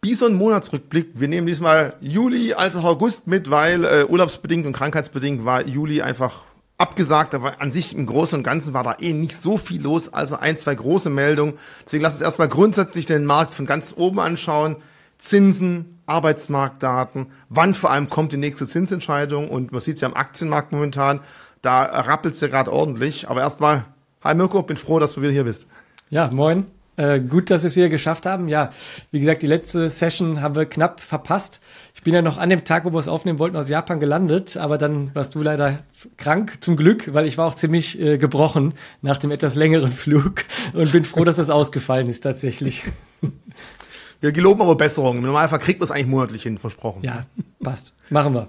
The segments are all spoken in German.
wie so ein Monatsrückblick. Wir nehmen diesmal Juli als auch August mit, weil urlaubsbedingt und krankheitsbedingt war Juli einfach abgesagt. Aber an sich im Großen und Ganzen war da nicht so viel los, also 1, 2 große Meldungen. Deswegen lass uns erstmal grundsätzlich den Markt von ganz oben anschauen. Zinsen, Arbeitsmarktdaten, wann vor allem kommt die nächste Zinsentscheidung, und man sieht es ja am Aktienmarkt momentan, da rappelt es ja gerade ordentlich. Aber erstmal, hi Mirko, bin froh, dass du wieder hier bist. Ja, moin. Gut, dass wir es wieder geschafft haben. Ja, wie gesagt, die letzte Session haben wir knapp verpasst. Ich bin ja noch an dem Tag, wo wir es aufnehmen wollten, aus Japan gelandet, aber dann warst du leider krank, zum Glück, weil ich war auch ziemlich gebrochen nach dem etwas längeren Flug und bin froh, dass das ausgefallen ist tatsächlich. Wir geloben aber Besserung. Im Normalfall kriegt man es eigentlich monatlich hin, versprochen. Ja, passt. Machen wir.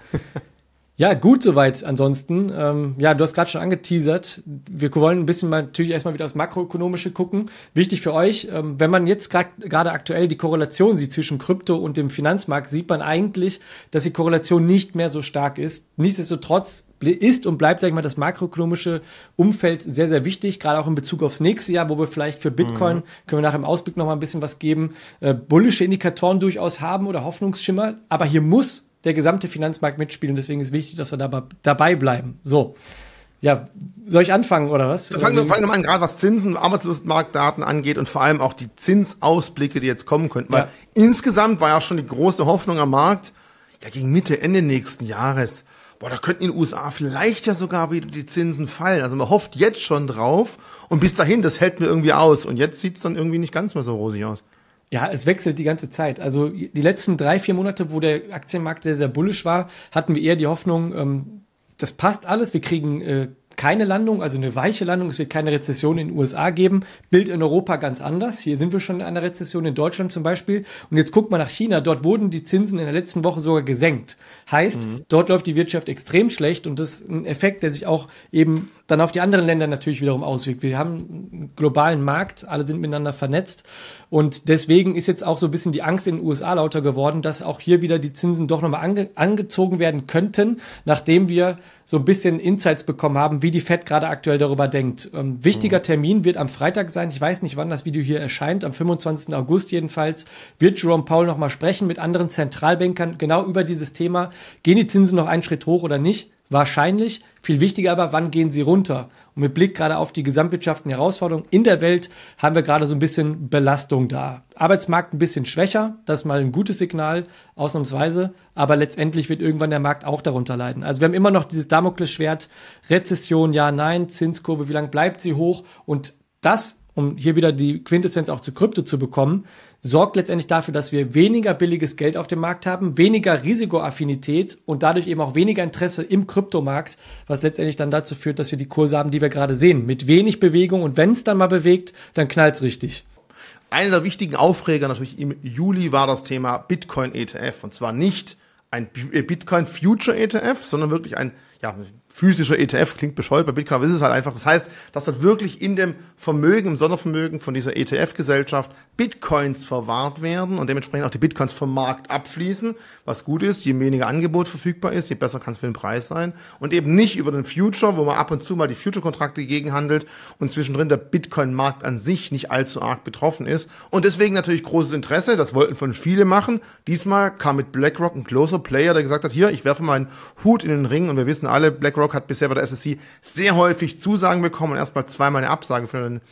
Ja, gut soweit ansonsten. Ja, du hast gerade schon angeteasert. Wir wollen ein bisschen mal natürlich erstmal wieder aufs Makroökonomische gucken. Wichtig für euch, wenn man jetzt gerade aktuell die Korrelation sieht zwischen Krypto und dem Finanzmarkt, sieht man eigentlich, dass die Korrelation nicht mehr so stark ist. Nichtsdestotrotz ist und bleibt, sag ich mal, das makroökonomische Umfeld sehr, sehr wichtig, gerade auch in Bezug aufs nächste Jahr, wo wir vielleicht für Bitcoin, können wir nach dem Ausblick noch mal ein bisschen was geben, bullische Indikatoren durchaus haben oder Hoffnungsschimmer. Aber hier muss der gesamte Finanzmarkt mitspielen. Deswegen ist wichtig, dass wir dabei bleiben. So, ja, soll ich anfangen oder was? Fangen wir mal an, gerade was Zinsen, Arbeitslosenmarktdaten angeht und vor allem auch die Zinsausblicke, die jetzt kommen könnten. Weil insgesamt war ja schon die große Hoffnung am Markt, ja gegen Mitte, Ende nächsten Jahres, da könnten in den USA vielleicht ja sogar wieder die Zinsen fallen. Also man hofft jetzt schon drauf und bis dahin, das hält mir irgendwie aus. Und jetzt sieht es dann irgendwie nicht ganz mehr so rosig aus. Ja, es wechselt die ganze Zeit. Also die letzten 3-4 Monate, wo der Aktienmarkt sehr, sehr bullisch war, hatten wir eher die Hoffnung, das passt alles, wir kriegen keine Landung, also eine weiche Landung, es wird keine Rezession in den USA geben. Bild in Europa ganz anders. Hier sind wir schon in einer Rezession, in Deutschland zum Beispiel. Und jetzt guckt mal nach China, dort wurden die Zinsen in der letzten Woche sogar gesenkt. Heißt, dort läuft die Wirtschaft extrem schlecht und das ist ein Effekt, der sich auch eben dann auf die anderen Länder natürlich wiederum auswirkt. Wir haben einen globalen Markt, alle sind miteinander vernetzt und deswegen ist jetzt auch so ein bisschen die Angst in den USA lauter geworden, dass auch hier wieder die Zinsen doch nochmal angezogen werden könnten, nachdem wir so ein bisschen Insights bekommen haben, wie die Fed gerade aktuell darüber denkt. Wichtiger Termin wird am Freitag sein. Ich weiß nicht, wann das Video hier erscheint. Am 25. August jedenfalls wird Jerome Powell nochmal sprechen mit anderen Zentralbankern genau über dieses Thema. Gehen die Zinsen noch einen Schritt hoch oder nicht? Wahrscheinlich. Viel wichtiger aber, wann gehen sie runter? Und mit Blick gerade auf die gesamtwirtschaftlichen Herausforderungen in der Welt haben wir gerade so ein bisschen Belastung da. Arbeitsmarkt ein bisschen schwächer, das ist mal ein gutes Signal, ausnahmsweise. Aber letztendlich wird irgendwann der Markt auch darunter leiden. Also wir haben immer noch dieses Damoklesschwert, Rezession, ja, nein, Zinskurve, wie lange bleibt sie hoch? Und das, um hier wieder die Quintessenz auch zu Krypto zu bekommen, sorgt letztendlich dafür, dass wir weniger billiges Geld auf dem Markt haben, weniger Risikoaffinität und dadurch eben auch weniger Interesse im Kryptomarkt, was letztendlich dann dazu führt, dass wir die Kurse haben, die wir gerade sehen, mit wenig Bewegung und wenn es dann mal bewegt, dann knallt's richtig. Einer der wichtigen Aufreger natürlich im Juli war das Thema Bitcoin ETF und zwar nicht ein Bitcoin Future ETF, sondern wirklich ein physischer ETF, klingt bescheuert, bei Bitcoin, aber ist es halt einfach. Das heißt, dass dort wirklich in dem Vermögen, im Sondervermögen von dieser ETF-Gesellschaft Bitcoins verwahrt werden und dementsprechend auch die Bitcoins vom Markt abfließen, was gut ist, je weniger Angebot verfügbar ist, je besser kann es für den Preis sein und eben nicht über den Future, wo man ab und zu mal die Future-Kontrakte gegenhandelt und zwischendrin der Bitcoin-Markt an sich nicht allzu arg betroffen ist und deswegen natürlich großes Interesse, das wollten von viele machen. Diesmal kam mit BlackRock ein closer Player, der gesagt hat, hier, ich werfe meinen Hut in den Ring und wir wissen alle, BlackRock hat bisher bei der SEC sehr häufig Zusagen bekommen und erstmal zweimal eine Absage für den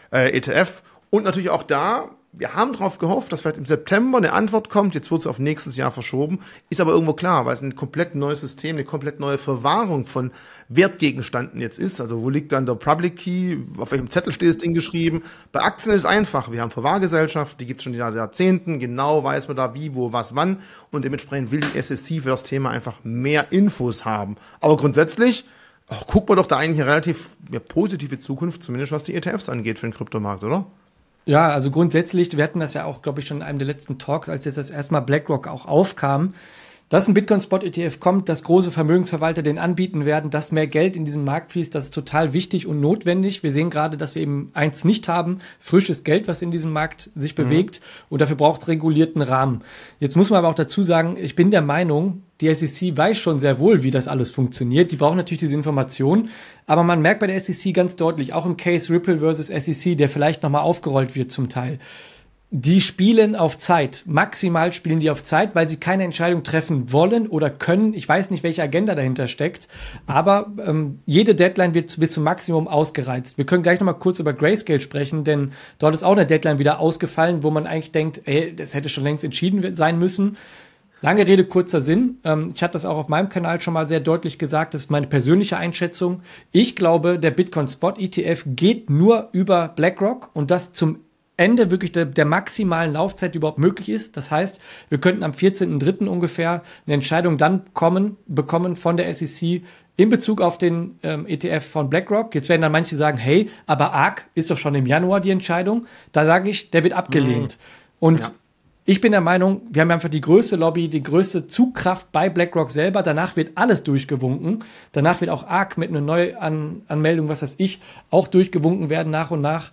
ETF. Und natürlich auch da, wir haben darauf gehofft, dass vielleicht im September eine Antwort kommt. Jetzt wird es auf nächstes Jahr verschoben. Ist aber irgendwo klar, weil es ein komplett neues System, eine komplett neue Verwahrung von Wertgegenständen jetzt ist. Also wo liegt dann der Public Key? Auf welchem Zettel steht das Ding geschrieben? Bei Aktien ist es einfach. Wir haben Verwahrgesellschaften, die gibt es schon seit Jahrzehnten. Genau weiß man da wie, wo, was, wann. Und dementsprechend will die SEC für das Thema einfach mehr Infos haben. Aber grundsätzlich guckt man doch da eigentlich eine relativ positive Zukunft, zumindest was die ETFs angeht für den Kryptomarkt, oder? Ja, also grundsätzlich, wir hatten das ja auch, glaube ich, schon in einem der letzten Talks, als jetzt das erstmal BlackRock auch aufkam, dass ein Bitcoin-Spot-ETF kommt, dass große Vermögensverwalter den anbieten werden, dass mehr Geld in diesen Markt fließt, das ist total wichtig und notwendig. Wir sehen gerade, dass wir eben eins nicht haben, frisches Geld, was in diesem Markt sich bewegt und dafür braucht es regulierten Rahmen. Jetzt muss man aber auch dazu sagen, ich bin der Meinung, die SEC weiß schon sehr wohl, wie das alles funktioniert. Die brauchen natürlich diese Informationen, aber man merkt bei der SEC ganz deutlich, auch im Case Ripple versus SEC, der vielleicht nochmal aufgerollt wird zum Teil, Die spielen auf Zeit. Maximal spielen die auf Zeit, weil sie keine Entscheidung treffen wollen oder können. Ich weiß nicht, welche Agenda dahinter steckt. Aber jede Deadline wird bis zum Maximum ausgereizt. Wir können gleich noch mal kurz über Grayscale sprechen, denn dort ist auch eine Deadline wieder ausgefallen, wo man eigentlich denkt, ey, das hätte schon längst entschieden sein müssen. Lange Rede, kurzer Sinn. Ich hatte das auch auf meinem Kanal schon mal sehr deutlich gesagt. Das ist meine persönliche Einschätzung. Ich glaube, der Bitcoin Spot ETF geht nur über BlackRock und das zum Ende wirklich der maximalen Laufzeit, die überhaupt möglich ist. Das heißt, wir könnten am 14.03. ungefähr eine Entscheidung dann bekommen von der SEC in Bezug auf den ETF von BlackRock. Jetzt werden dann manche sagen, hey, aber ARK ist doch schon im Januar die Entscheidung. Da sage ich, der wird abgelehnt. Und ich bin der Meinung, wir haben einfach die größte Lobby, die größte Zugkraft bei BlackRock selber. Danach wird alles durchgewunken. Danach wird auch ARK mit einer Neuanmeldung, was weiß ich, auch durchgewunken werden nach und nach.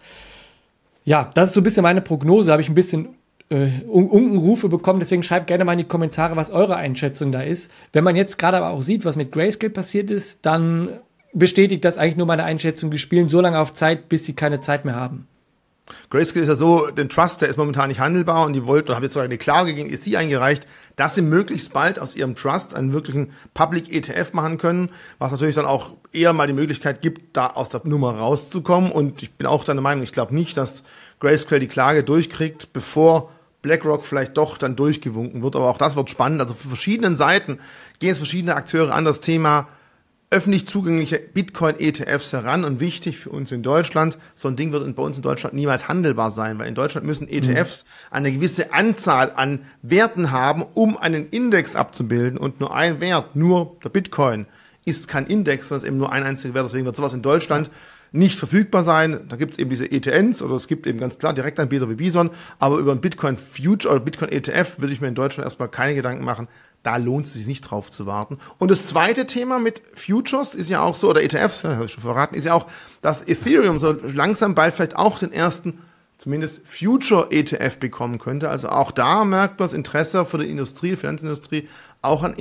Ja, das ist so ein bisschen meine Prognose. Habe ich ein bisschen Unkenrufe bekommen. Deswegen schreibt gerne mal in die Kommentare, was eure Einschätzung da ist. Wenn man jetzt gerade aber auch sieht, was mit Grayscale passiert ist, dann bestätigt das eigentlich nur meine Einschätzung. Die spielen so lange auf Zeit, bis sie keine Zeit mehr haben. Grayscale ist ja so, den Trust, der ist momentan nicht handelbar und die wollten, oder haben jetzt sogar eine Klage gegen SEC eingereicht, dass sie möglichst bald aus ihrem Trust einen wirklichen Public ETF machen können, was natürlich dann auch eher mal die Möglichkeit gibt, da aus der Nummer rauszukommen. Und ich bin auch der Meinung, ich glaube nicht, dass Grayscale die Klage durchkriegt, bevor BlackRock vielleicht doch dann durchgewunken wird. Aber auch das wird spannend. Also von verschiedenen Seiten gehen jetzt verschiedene Akteure an das Thema öffentlich zugängliche Bitcoin-ETFs heran, und wichtig für uns in Deutschland, so ein Ding wird bei uns in Deutschland niemals handelbar sein, weil in Deutschland müssen ETFs eine gewisse Anzahl an Werten haben, um einen Index abzubilden, und nur ein Wert, nur der Bitcoin, ist kein Index, das ist eben nur ein einziger Wert, deswegen wird sowas in Deutschland nicht verfügbar sein. Da gibt es eben diese ETNs, oder es gibt eben ganz klar Direktanbieter wie Bison, aber über ein Bitcoin Future oder Bitcoin ETF würde ich mir in Deutschland erstmal keine Gedanken machen. Da lohnt es sich nicht drauf zu warten. Und das zweite Thema mit Futures ist ja auch so, oder ETFs, habe ich schon verraten, ist ja auch, dass Ethereum so langsam bald vielleicht auch den ersten, zumindest Future-ETF bekommen könnte. Also auch da merkt man das Interesse für die Industrie, Finanzindustrie, auch an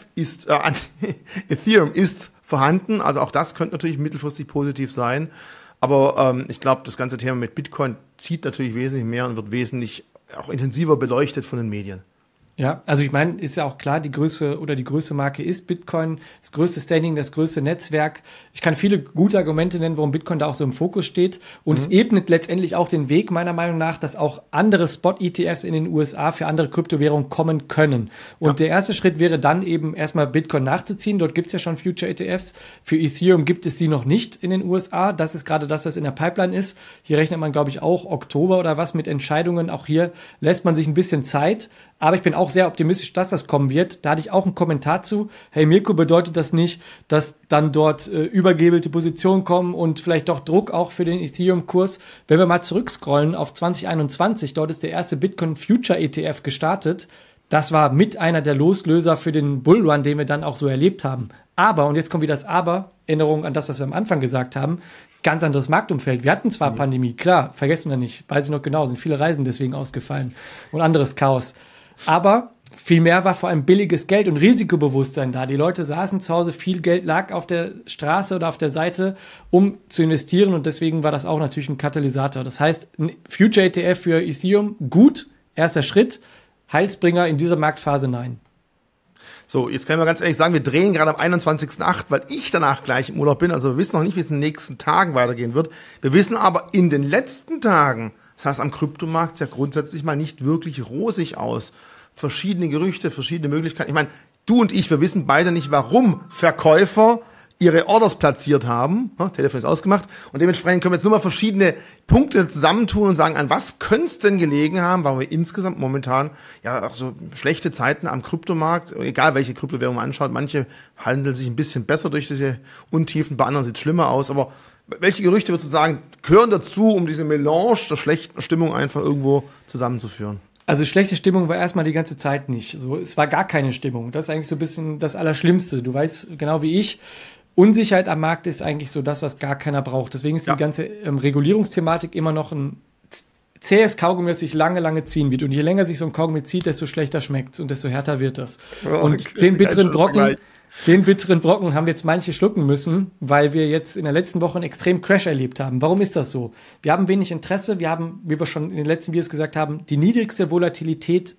an Ethereum ist vorhanden. Also auch das könnte natürlich mittelfristig positiv sein. Aber ich glaube, das ganze Thema mit Bitcoin zieht natürlich wesentlich mehr und wird wesentlich auch intensiver beleuchtet von den Medien. Ja, also ich meine, ist ja auch klar, die größte Marke ist Bitcoin, das größte Standing, das größte Netzwerk. Ich kann viele gute Argumente nennen, warum Bitcoin da auch so im Fokus steht. Und es ebnet letztendlich auch den Weg, meiner Meinung nach, dass auch andere Spot-ETFs in den USA für andere Kryptowährungen kommen können. Und der erste Schritt wäre dann eben erstmal Bitcoin nachzuziehen. Dort gibt es ja schon Future-ETFs. Für Ethereum gibt es die noch nicht in den USA. Das ist gerade das, was in der Pipeline ist. Hier rechnet man, glaube ich, auch Oktober oder was mit Entscheidungen. Auch hier lässt man sich ein bisschen Zeit. Aber ich bin auch sehr optimistisch, dass das kommen wird. Da hatte ich auch einen Kommentar zu. Hey Mirko, bedeutet das nicht, dass dann dort übergebelte Positionen kommen und vielleicht doch Druck auch für den Ethereum-Kurs? Wenn wir mal zurückscrollen auf 2021, dort ist der erste Bitcoin Future ETF gestartet. Das war mit einer der Loslöser für den Bullrun, den wir dann auch so erlebt haben. Aber, und jetzt kommt wieder das Aber, Erinnerung an das, was wir am Anfang gesagt haben, ganz anderes Marktumfeld. Wir hatten zwar Pandemie, klar, vergessen wir nicht, weiß ich noch genau, sind viele Reisen deswegen ausgefallen und anderes Chaos. Aber vielmehr war vor allem billiges Geld und Risikobewusstsein da. Die Leute saßen zu Hause, viel Geld lag auf der Straße oder auf der Seite, um zu investieren, und deswegen war das auch natürlich ein Katalysator. Das heißt, ein Future ETF für Ethereum, gut, erster Schritt, Heilsbringer in dieser Marktphase, nein. So, jetzt können wir ganz ehrlich sagen, wir drehen gerade am 21.08., weil ich danach gleich im Urlaub bin. Also wir wissen noch nicht, wie es in den nächsten Tagen weitergehen wird. Wir wissen aber in den letzten Tagen, das heißt am Kryptomarkt, ja grundsätzlich mal nicht wirklich rosig aus. Verschiedene Gerüchte, verschiedene Möglichkeiten. Ich meine, du und ich, wir wissen beide nicht, warum Verkäufer ihre Orders platziert haben. Telefon ist ausgemacht. Und dementsprechend können wir jetzt nur mal verschiedene Punkte zusammentun und sagen, an was könnte es denn gelegen haben, warum wir insgesamt momentan ja auch so schlechte Zeiten am Kryptomarkt, egal welche Kryptowährung man anschaut, manche handeln sich ein bisschen besser durch diese Untiefen, bei anderen sieht es schlimmer aus, aber welche Gerüchte würdest du sagen, gehören dazu, um diese Melange der schlechten Stimmung einfach irgendwo zusammenzuführen? Also schlechte Stimmung war erstmal die ganze Zeit nicht. So, es war gar keine Stimmung. Das ist eigentlich so ein bisschen das Allerschlimmste. Du weißt genau wie ich, Unsicherheit am Markt ist eigentlich so das, was gar keiner braucht. Deswegen ist die ganze Regulierungsthematik immer noch ein zähes Kaugummi, das sich lange, lange ziehen wird. Und je länger sich so ein Kaugummi zieht, desto schlechter schmeckt's und desto härter wird das. Und den bitteren Brocken haben jetzt manche schlucken müssen, weil wir jetzt in der letzten Woche einen extremen Crash erlebt haben. Warum ist das so? Wir haben wenig Interesse, wir haben, wie wir schon in den letzten Videos gesagt haben, die niedrigste Volatilität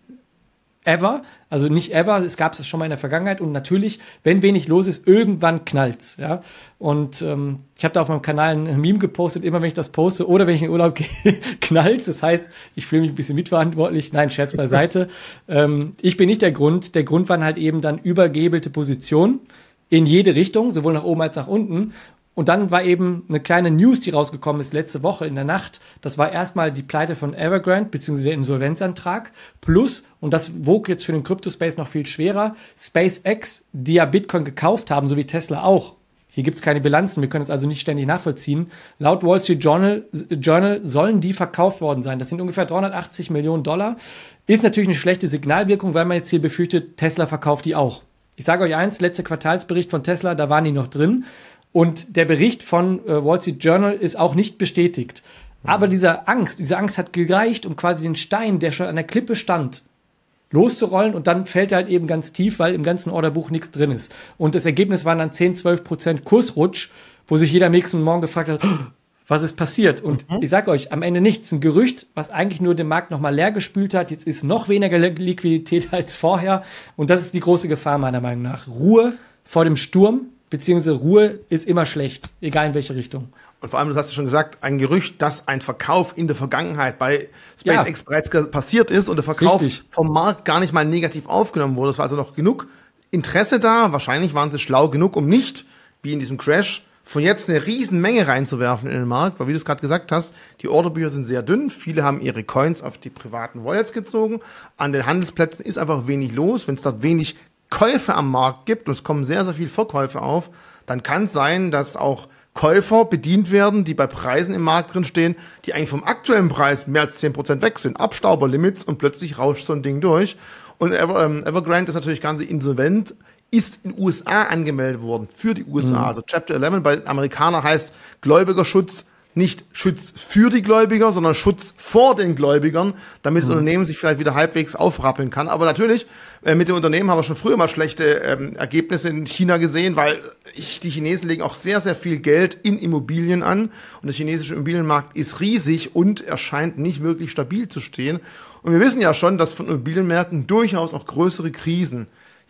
ever, also nicht ever, es gab es schon mal in der Vergangenheit und natürlich, wenn wenig los ist, irgendwann knallt's, ja. Und ich habe da auf meinem Kanal ein Meme gepostet, immer wenn ich das poste oder wenn ich in den Urlaub gehe, knallt's. Das heißt, ich fühle mich ein bisschen mitverantwortlich. Nein, Scherz beiseite. Ich bin nicht der Grund. Der Grund waren halt eben dann übergebelte Positionen in jede Richtung, sowohl nach oben als nach unten. Und dann war eben eine kleine News, die rausgekommen ist letzte Woche in der Nacht. Das war erstmal die Pleite von Evergrande, beziehungsweise der Insolvenzantrag. Plus, und das wog jetzt für den Crypto-Space noch viel schwerer, SpaceX, die ja Bitcoin gekauft haben, so wie Tesla auch. Hier gibt's keine Bilanzen, wir können es also nicht ständig nachvollziehen. Laut Wall Street Journal sollen die verkauft worden sein. Das sind ungefähr $380 Millionen. Ist natürlich eine schlechte Signalwirkung, weil man jetzt hier befürchtet, Tesla verkauft die auch. Ich sage euch eins, letzter Quartalsbericht von Tesla, da waren die noch drin. Und der Bericht von Wall Street Journal ist auch nicht bestätigt. Aber diese Angst hat gereicht, um quasi den Stein, der schon an der Klippe stand, loszurollen und dann fällt er halt eben ganz tief, weil im ganzen Orderbuch nichts drin ist. Und das Ergebnis waren dann 10-12% Kursrutsch, wo sich jeder am nächsten Morgen gefragt hat, was ist passiert? Und ich sage euch, am Ende nichts. Ein Gerücht, was eigentlich nur den Markt nochmal leer gespült hat. Jetzt ist noch weniger Liquidität als vorher. Und das ist die große Gefahr meiner Meinung nach. Ruhe vor dem Sturm, beziehungsweise Ruhe ist immer schlecht, egal in welche Richtung. Und vor allem, du hast ja schon gesagt, ein Gerücht, dass ein Verkauf in der Vergangenheit bei SpaceX bereits passiert ist und der Verkauf vom Markt gar nicht mal negativ aufgenommen wurde. Es war also noch genug Interesse da. Wahrscheinlich waren sie schlau genug, um nicht, wie in diesem Crash, von jetzt eine riesen Menge reinzuwerfen in den Markt, weil wie du es gerade gesagt hast, die Orderbücher sind sehr dünn. Viele haben ihre Coins auf die privaten Wallets gezogen. An den Handelsplätzen ist einfach wenig los. Wenn es dort wenig Käufe am Markt gibt und es kommen sehr, sehr viele Verkäufe auf, dann kann es sein, dass auch Käufer bedient werden, die bei Preisen im Markt drin stehen, die eigentlich vom aktuellen Preis mehr als 10% weg sind. Abstauberlimits und plötzlich rauscht so ein Ding durch. Und Evergrande ist natürlich ganz insolvent, ist in den USA angemeldet worden, für die USA. Also Chapter 11 bei den Amerikanern heißt Gläubigerschutz, nicht Schutz für die Gläubiger, sondern Schutz vor den Gläubigern, damit das Unternehmen sich vielleicht wieder halbwegs aufrappeln kann. Aber natürlich, mit dem Unternehmen haben wir schon früher mal schlechte Ergebnisse in China gesehen, weil die Chinesen legen auch sehr, sehr viel Geld in Immobilien an. Und der chinesische Immobilienmarkt ist riesig und er scheint nicht wirklich stabil zu stehen. Und wir wissen ja schon, dass von Immobilienmärkten durchaus auch größere Krisen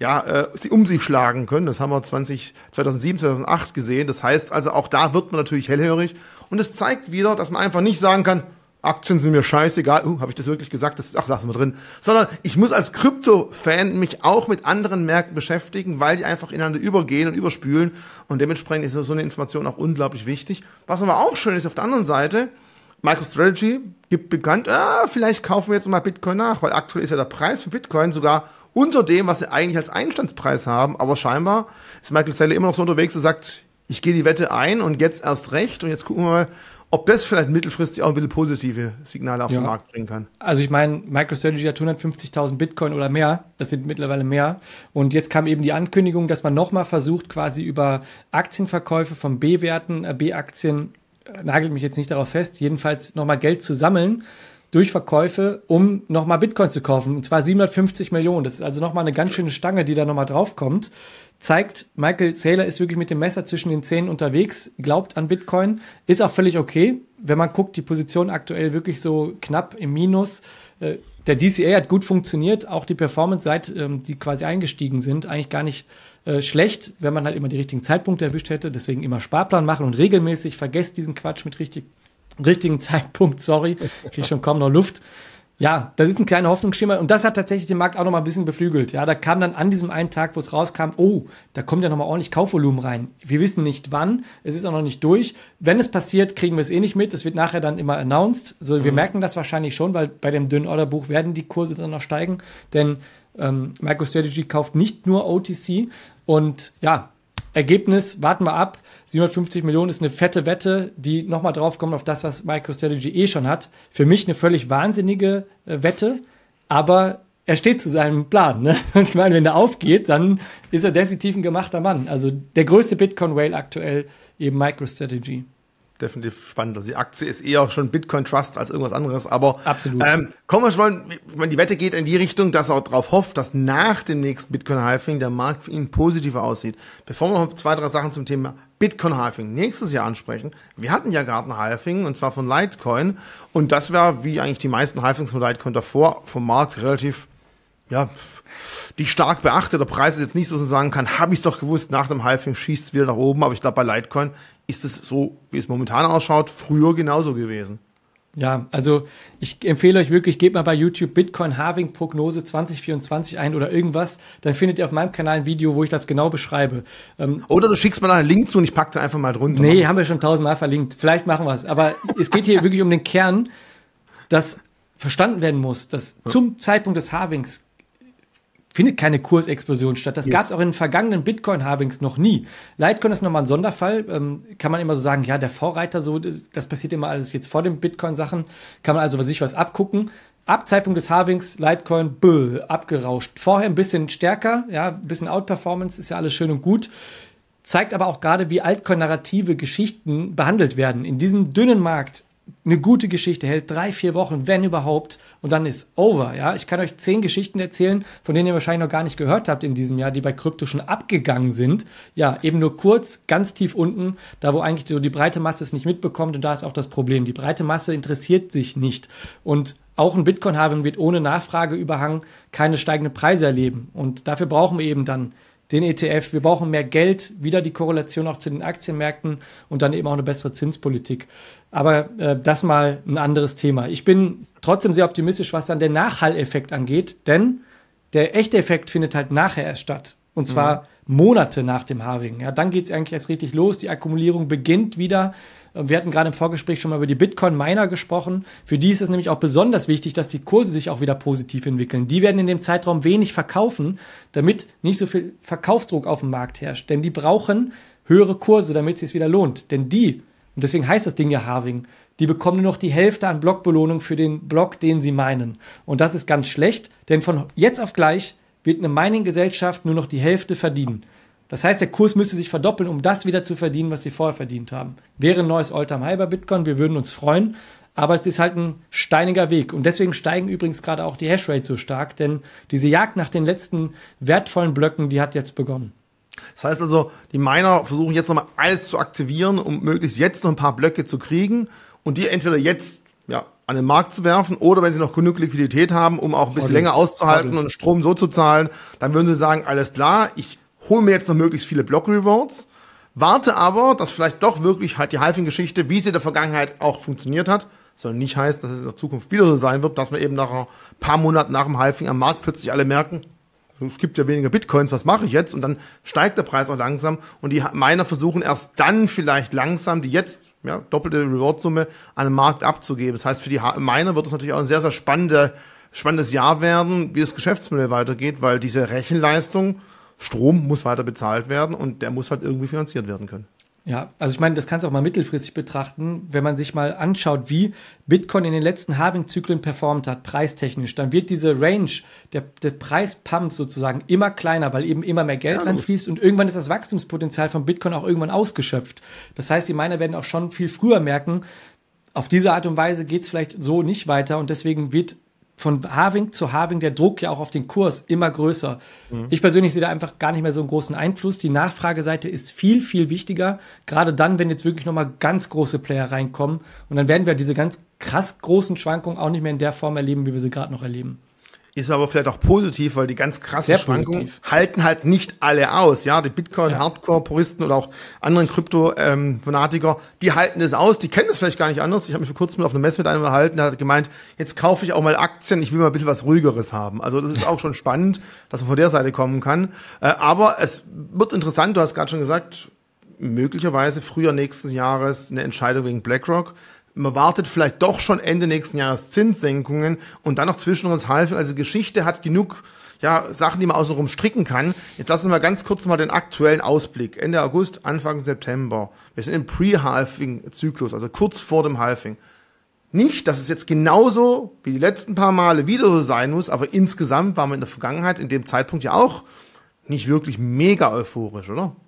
sie um sich schlagen können. Das haben wir 2007, 2008 gesehen. Das heißt also, auch da wird man natürlich hellhörig. Und es zeigt wieder, dass man einfach nicht sagen kann, Aktien sind mir scheißegal. Habe ich das wirklich gesagt? Lassen wir drin. Sondern ich muss als Krypto-Fan mich auch mit anderen Märkten beschäftigen, weil die einfach ineinander übergehen und überspülen. Und dementsprechend ist so eine Information auch unglaublich wichtig. Was aber auch schön ist, auf der anderen Seite, MicroStrategy gibt bekannt, vielleicht kaufen wir jetzt mal Bitcoin nach, weil aktuell ist ja der Preis für Bitcoin sogar unter dem, was sie eigentlich als Einstandspreis haben. Aber scheinbar ist Michael Saylor immer noch so unterwegs und sagt, ich gehe die Wette ein und jetzt erst recht. Und jetzt gucken wir mal, ob das vielleicht mittelfristig auch ein bisschen positive Signale auf den Markt bringen kann. Also ich meine, MicroStrategy hat 150.000 Bitcoin oder mehr. Das sind mittlerweile mehr. Und jetzt kam eben die Ankündigung, dass man nochmal versucht, quasi über Aktienverkäufe von B-Werten, B-Aktien, nagelt mich jetzt nicht darauf fest, jedenfalls nochmal Geld zu sammeln durch Verkäufe, um nochmal Bitcoin zu kaufen. Und zwar 750 Millionen. Das ist also nochmal eine ganz schöne Stange, die da nochmal draufkommt. Zeigt, Michael Saylor ist wirklich mit dem Messer zwischen den Zähnen unterwegs, glaubt an Bitcoin, ist auch völlig okay. Wenn man guckt, die Position aktuell wirklich so knapp im Minus. Der DCA hat gut funktioniert, auch die Performance, seit die quasi eingestiegen sind, eigentlich gar nicht schlecht, wenn man halt immer die richtigen Zeitpunkte erwischt hätte. Deswegen immer Sparplan machen und regelmäßig, vergesst diesen Quatsch mit richtigen Zeitpunkt, sorry, kriege schon kaum noch Luft. Ja, das ist ein kleiner Hoffnungsschimmer und das hat tatsächlich den Markt auch noch mal ein bisschen beflügelt. Ja, da kam dann an diesem einen Tag, wo es rauskam, da kommt ja noch mal ordentlich Kaufvolumen rein. Wir wissen nicht wann, es ist auch noch nicht durch. Wenn es passiert, kriegen wir es eh nicht mit. Es wird nachher dann immer announced. So, wir merken das wahrscheinlich schon, weil bei dem dünnen Orderbuch werden die Kurse dann noch steigen, denn MicroStrategy kauft nicht nur OTC und ja, Ergebnis, warten wir ab. 750 Millionen ist eine fette Wette, die nochmal draufkommt auf das, was MicroStrategy schon hat. Für mich eine völlig wahnsinnige Wette, aber er steht zu seinem Plan. Ne? Und ich meine, wenn der aufgeht, dann ist er definitiv ein gemachter Mann. Also der größte Bitcoin-Whale aktuell eben MicroStrategy. definitiv spannend. Also die Aktie ist eher schon Bitcoin Trust als irgendwas anderes. Aber absolut. Kommen wir schon mal, die Wette geht in die Richtung, dass er darauf hofft, dass nach dem nächsten Bitcoin-Halving der Markt für ihn positiver aussieht. Bevor wir noch 2, 3 Sachen zum Thema Bitcoin-Halving nächstes Jahr ansprechen. Wir hatten ja gerade ein Halving, und zwar von Litecoin. Und das war, wie eigentlich die meisten Halvings von Litecoin davor, vom Markt relativ, nicht stark beachtet. Der Preis ist jetzt nicht so, dass man sagen kann, habe ich es doch gewusst, nach dem Halving schießt es wieder nach oben. Aber ich glaube, bei Litecoin ist es so, wie es momentan ausschaut, früher genauso gewesen. Ja, also ich empfehle euch wirklich, gebt mal bei YouTube Bitcoin Halving Prognose 2024 ein oder irgendwas. Dann findet ihr auf meinem Kanal ein Video, wo ich das genau beschreibe. Oder du schickst mir einen Link zu und ich packe da einfach mal drunter. Nee, haben wir schon 1000-mal verlinkt. Vielleicht machen wir es. Aber es geht hier wirklich um den Kern, dass verstanden werden muss, dass zum Zeitpunkt des Halvings findet keine Kursexplosion statt. Das gab es auch in den vergangenen Bitcoin-Halvings noch nie. Litecoin ist nochmal ein Sonderfall. Kann man immer so sagen, ja, der Vorreiter, so, das passiert immer alles jetzt vor den Bitcoin-Sachen. Kann man also sich was abgucken. Ab Zeitpunkt des Halvings, Litecoin, abgerauscht. Vorher ein bisschen stärker, ja, ein bisschen Outperformance, ist ja alles schön und gut. Zeigt aber auch gerade, wie Altcoin-narrative Geschichten behandelt werden. In diesem dünnen Markt eine gute Geschichte hält 3-4 Wochen, wenn überhaupt, und dann ist over, ja. Ich kann euch 10 Geschichten erzählen, von denen ihr wahrscheinlich noch gar nicht gehört habt in diesem Jahr, die bei Krypto schon abgegangen sind. Ja, eben nur kurz, ganz tief unten, da wo eigentlich so die breite Masse es nicht mitbekommt, und da ist auch das Problem. Die breite Masse interessiert sich nicht. Und auch ein Bitcoin-Halving wird ohne Nachfrageüberhang keine steigenden Preise erleben. Und dafür brauchen wir eben dann den ETF, wir brauchen mehr Geld, wieder die Korrelation auch zu den Aktienmärkten und dann eben auch eine bessere Zinspolitik. Aber das mal ein anderes Thema. Ich bin trotzdem sehr optimistisch, was dann den Nachhalleffekt angeht, denn der echte Effekt findet halt nachher erst statt. Und zwar Monate nach dem Halving. Ja, dann geht es eigentlich erst richtig los. Die Akkumulierung beginnt wieder. Wir hatten gerade im Vorgespräch schon mal über die Bitcoin-Miner gesprochen. Für die ist es nämlich auch besonders wichtig, dass die Kurse sich auch wieder positiv entwickeln. Die werden in dem Zeitraum wenig verkaufen, damit nicht so viel Verkaufsdruck auf dem Markt herrscht. Denn die brauchen höhere Kurse, damit es sich wieder lohnt. Denn die, und deswegen heißt das Ding ja Halving, die bekommen nur noch die Hälfte an Blockbelohnung für den Block, den sie meinen. Und das ist ganz schlecht, denn von jetzt auf gleich wird eine Mining-Gesellschaft nur noch die Hälfte verdienen. Das heißt, der Kurs müsste sich verdoppeln, um das wieder zu verdienen, was sie vorher verdient haben. Wäre ein neues All-Time-High bei Bitcoin, wir würden uns freuen, aber es ist halt ein steiniger Weg. Und deswegen steigen übrigens gerade auch die Hashrate so stark, denn diese Jagd nach den letzten wertvollen Blöcken, die hat jetzt begonnen. Das heißt also, die Miner versuchen jetzt nochmal alles zu aktivieren, um möglichst jetzt noch ein paar Blöcke zu kriegen und die entweder jetzt an den Markt zu werfen oder wenn sie noch genug Liquidität haben, um auch ein bisschen länger auszuhalten und Strom so zu zahlen, dann würden sie sagen, alles klar, ich hole mir jetzt noch möglichst viele Block-Rewards, warte aber, dass vielleicht doch wirklich halt die Halving-Geschichte, wie sie in der Vergangenheit auch funktioniert hat, soll nicht heißen, dass es in der Zukunft wieder so sein wird, dass wir eben nach ein paar Monaten nach dem Halving am Markt plötzlich alle merken, es gibt ja weniger Bitcoins, was mache ich jetzt? Und dann steigt der Preis auch langsam. Und die Miner versuchen erst dann vielleicht langsam die jetzt doppelte Reward-Summe an den Markt abzugeben. Das heißt, für die Miner wird es natürlich auch ein sehr, sehr spannendes Jahr werden, wie das Geschäftsmodell weitergeht, weil diese Rechenleistung, Strom muss weiter bezahlt werden und der muss halt irgendwie finanziert werden können. Ja, also ich meine, das kannst du auch mal mittelfristig betrachten, wenn man sich mal anschaut, wie Bitcoin in den letzten Halving-Zyklen performt hat, preistechnisch, dann wird diese Range, der Preispump sozusagen immer kleiner, weil eben immer mehr Geld reinfließt und irgendwann ist das Wachstumspotenzial von Bitcoin auch irgendwann ausgeschöpft. Das heißt, die Miner werden auch schon viel früher merken, auf diese Art und Weise geht es vielleicht so nicht weiter und deswegen wird von Halving zu Halving der Druck ja auch auf den Kurs immer größer. Ich persönlich sehe da einfach gar nicht mehr so einen großen Einfluss. Die Nachfrageseite ist viel, viel wichtiger. Gerade dann, wenn jetzt wirklich nochmal ganz große Player reinkommen. Und dann werden wir diese ganz krass großen Schwankungen auch nicht mehr in der Form erleben, wie wir sie gerade noch erleben. Ist aber vielleicht auch positiv, weil die ganz krassen Schwankungen halten halt nicht alle aus. Ja, die Bitcoin-Hardcore-Puristen oder auch anderen Krypto-Fanatiker, die halten das aus, die kennen das vielleicht gar nicht anders. Ich habe mich vor kurzem auf einer Messe mit einem unterhalten, der hat gemeint, jetzt kaufe ich auch mal Aktien, ich will mal ein bisschen was Ruhigeres haben. Also das ist auch schon spannend, dass man von der Seite kommen kann. Aber es wird interessant, du hast gerade schon gesagt, möglicherweise Frühjahr nächsten Jahres eine Entscheidung wegen BlackRock. Man wartet vielleicht doch schon Ende nächsten Jahres Zinssenkungen und dann noch zwischendurch das Halving. Also Geschichte hat genug Sachen, die man außenrum stricken kann. Jetzt lassen wir ganz kurz mal den aktuellen Ausblick. Ende August, Anfang September. Wir sind im Pre-Halving-Zyklus, also kurz vor dem Halving. Nicht, dass es jetzt genauso wie die letzten paar Male wieder so sein muss, aber insgesamt waren wir in der Vergangenheit in dem Zeitpunkt ja auch nicht wirklich mega euphorisch, oder?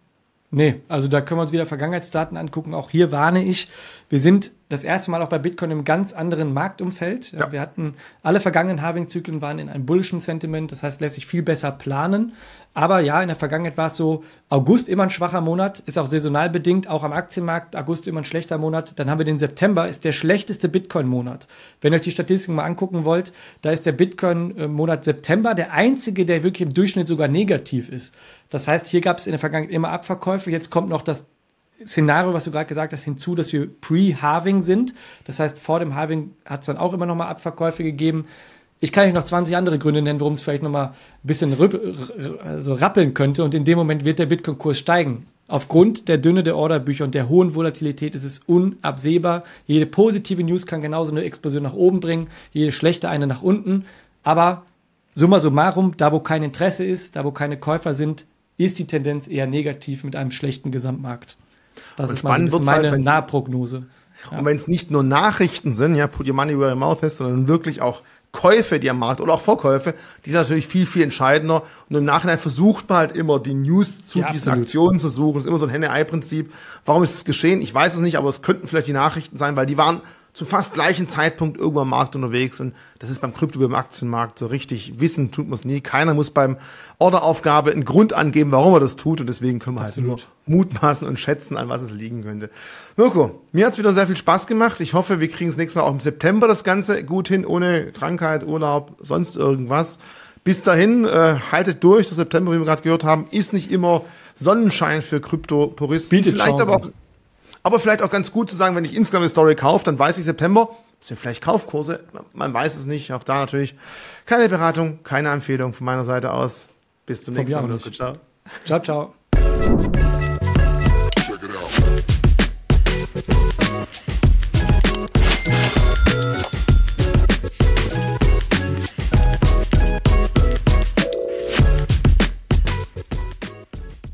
Nee, also da können wir uns wieder Vergangenheitsdaten angucken. Auch hier warne ich, wir sind das erste Mal auch bei Bitcoin im ganz anderen Marktumfeld. Ja. Wir hatten, alle vergangenen Halving-Zyklen waren in einem bullischen Sentiment, das heißt, lässt sich viel besser planen. Aber ja, in der Vergangenheit war es so, August immer ein schwacher Monat, ist auch saisonal bedingt, auch am Aktienmarkt, August immer ein schlechter Monat. Dann haben wir den September, ist der schlechteste Bitcoin-Monat. Wenn ihr euch die Statistiken mal angucken wollt, da ist der Bitcoin-Monat September der einzige, der wirklich im Durchschnitt sogar negativ ist. Das heißt, hier gab es in der Vergangenheit immer Abverkäufe. Jetzt kommt noch das Szenario, was du gerade gesagt hast, hinzu, dass wir pre-Halving sind. Das heißt, vor dem Halving hat es dann auch immer noch mal Abverkäufe gegeben. Ich kann euch noch 20 andere Gründe nennen, warum es vielleicht noch mal ein bisschen rappeln könnte. Und in dem Moment wird der Bitcoin-Kurs steigen. Aufgrund der Dünne der Orderbücher und der hohen Volatilität ist es unabsehbar. Jede positive News kann genauso eine Explosion nach oben bringen, jede schlechte eine nach unten. Aber summa summarum, da wo kein Interesse ist, da wo keine Käufer sind, ist die Tendenz eher negativ mit einem schlechten Gesamtmarkt. Das und ist mal so ein bisschen meine Nahprognose. Ja. Und wenn es nicht nur Nachrichten sind, ja, put your money where your mouth is, sondern wirklich auch Käufe, die am Markt oder auch Verkäufe, die sind natürlich viel, viel entscheidender. Und im Nachhinein versucht man halt immer, die News zu diesen Aktionen zu suchen. Das ist immer so ein Henne-Ei-Prinzip. Warum ist es geschehen? Ich weiß es nicht, aber es könnten vielleicht die Nachrichten sein, weil die waren zum fast gleichen Zeitpunkt irgendwo am Markt unterwegs. Und das ist beim Krypto, beim Aktienmarkt so richtig. Wissen tut man es nie. Keiner muss beim Orderaufgabe einen Grund angeben, warum er das tut. Und deswegen können wir halt nur mutmaßen und schätzen, an was es liegen könnte. Mirko, mir hat's wieder sehr viel Spaß gemacht. Ich hoffe, wir kriegen das nächste Mal auch im September das Ganze gut hin, ohne Krankheit, Urlaub, sonst irgendwas. Bis dahin, haltet durch. Der September, wie wir gerade gehört haben, ist nicht immer Sonnenschein für Krypto-Puristen. Bietet vielleicht Chancen. aber vielleicht auch ganz gut zu sagen, wenn ich insgesamt eine Story kaufe, dann weiß ich September, sind vielleicht Kaufkurse, man weiß es nicht. Auch da natürlich keine Beratung, keine Empfehlung von meiner Seite aus. Bis zum nächsten Mal. Ciao, ciao.